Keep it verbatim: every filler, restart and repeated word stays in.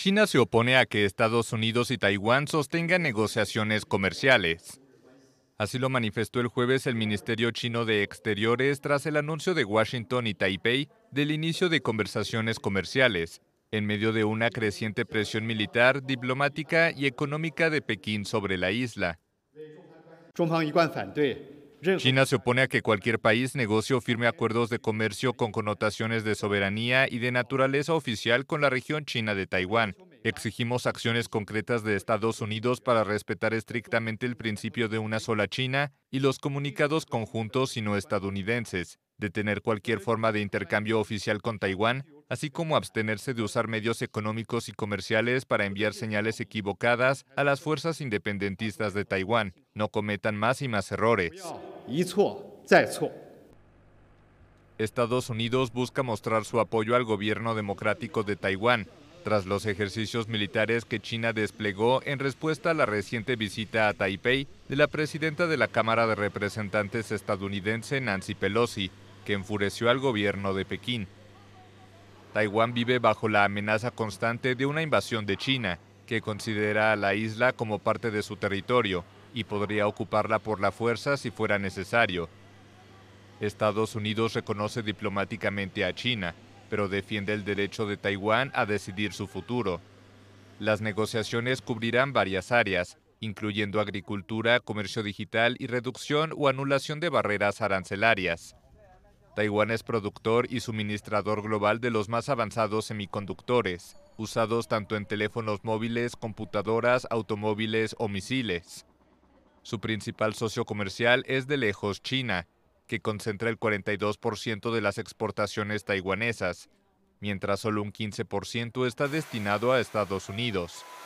China se opone a que Estados Unidos y Taiwán sostengan negociaciones comerciales. Así lo manifestó el jueves el Ministerio Chino de Exteriores tras el anuncio de Washington y Taipei del inicio de conversaciones comerciales, en medio de una creciente presión militar, diplomática y económica de Pekín sobre la isla. China se opone a que cualquier país negocie o firme acuerdos de comercio con connotaciones de soberanía y de naturaleza oficial con la región china de Taiwán. Exigimos acciones concretas de Estados Unidos para respetar estrictamente el principio de una sola China y los comunicados conjuntos y no estadounidenses, detener cualquier forma de intercambio oficial con Taiwán, así como abstenerse de usar medios económicos y comerciales para enviar señales equivocadas a las fuerzas independentistas de Taiwán. No cometan más y más errores. Estados Unidos busca mostrar su apoyo al gobierno democrático de Taiwán, tras los ejercicios militares que China desplegó en respuesta a la reciente visita a Taipei de la presidenta de la Cámara de Representantes estadounidense Nancy Pelosi, que enfureció al gobierno de Pekín. Taiwán vive bajo la amenaza constante de una invasión de China, que considera a la isla como parte de su territorio y podría ocuparla por la fuerza si fuera necesario. Estados Unidos reconoce diplomáticamente a China, pero defiende el derecho de Taiwán a decidir su futuro. Las negociaciones cubrirán varias áreas, incluyendo agricultura, comercio digital y reducción o anulación de barreras arancelarias. Taiwán es productor y suministrador global de los más avanzados semiconductores, usados tanto en teléfonos móviles, computadoras, automóviles o misiles. Su principal socio comercial es de lejos China, que concentra el cuarenta y dos por ciento de las exportaciones taiwanesas, mientras solo un quince por ciento está destinado a Estados Unidos.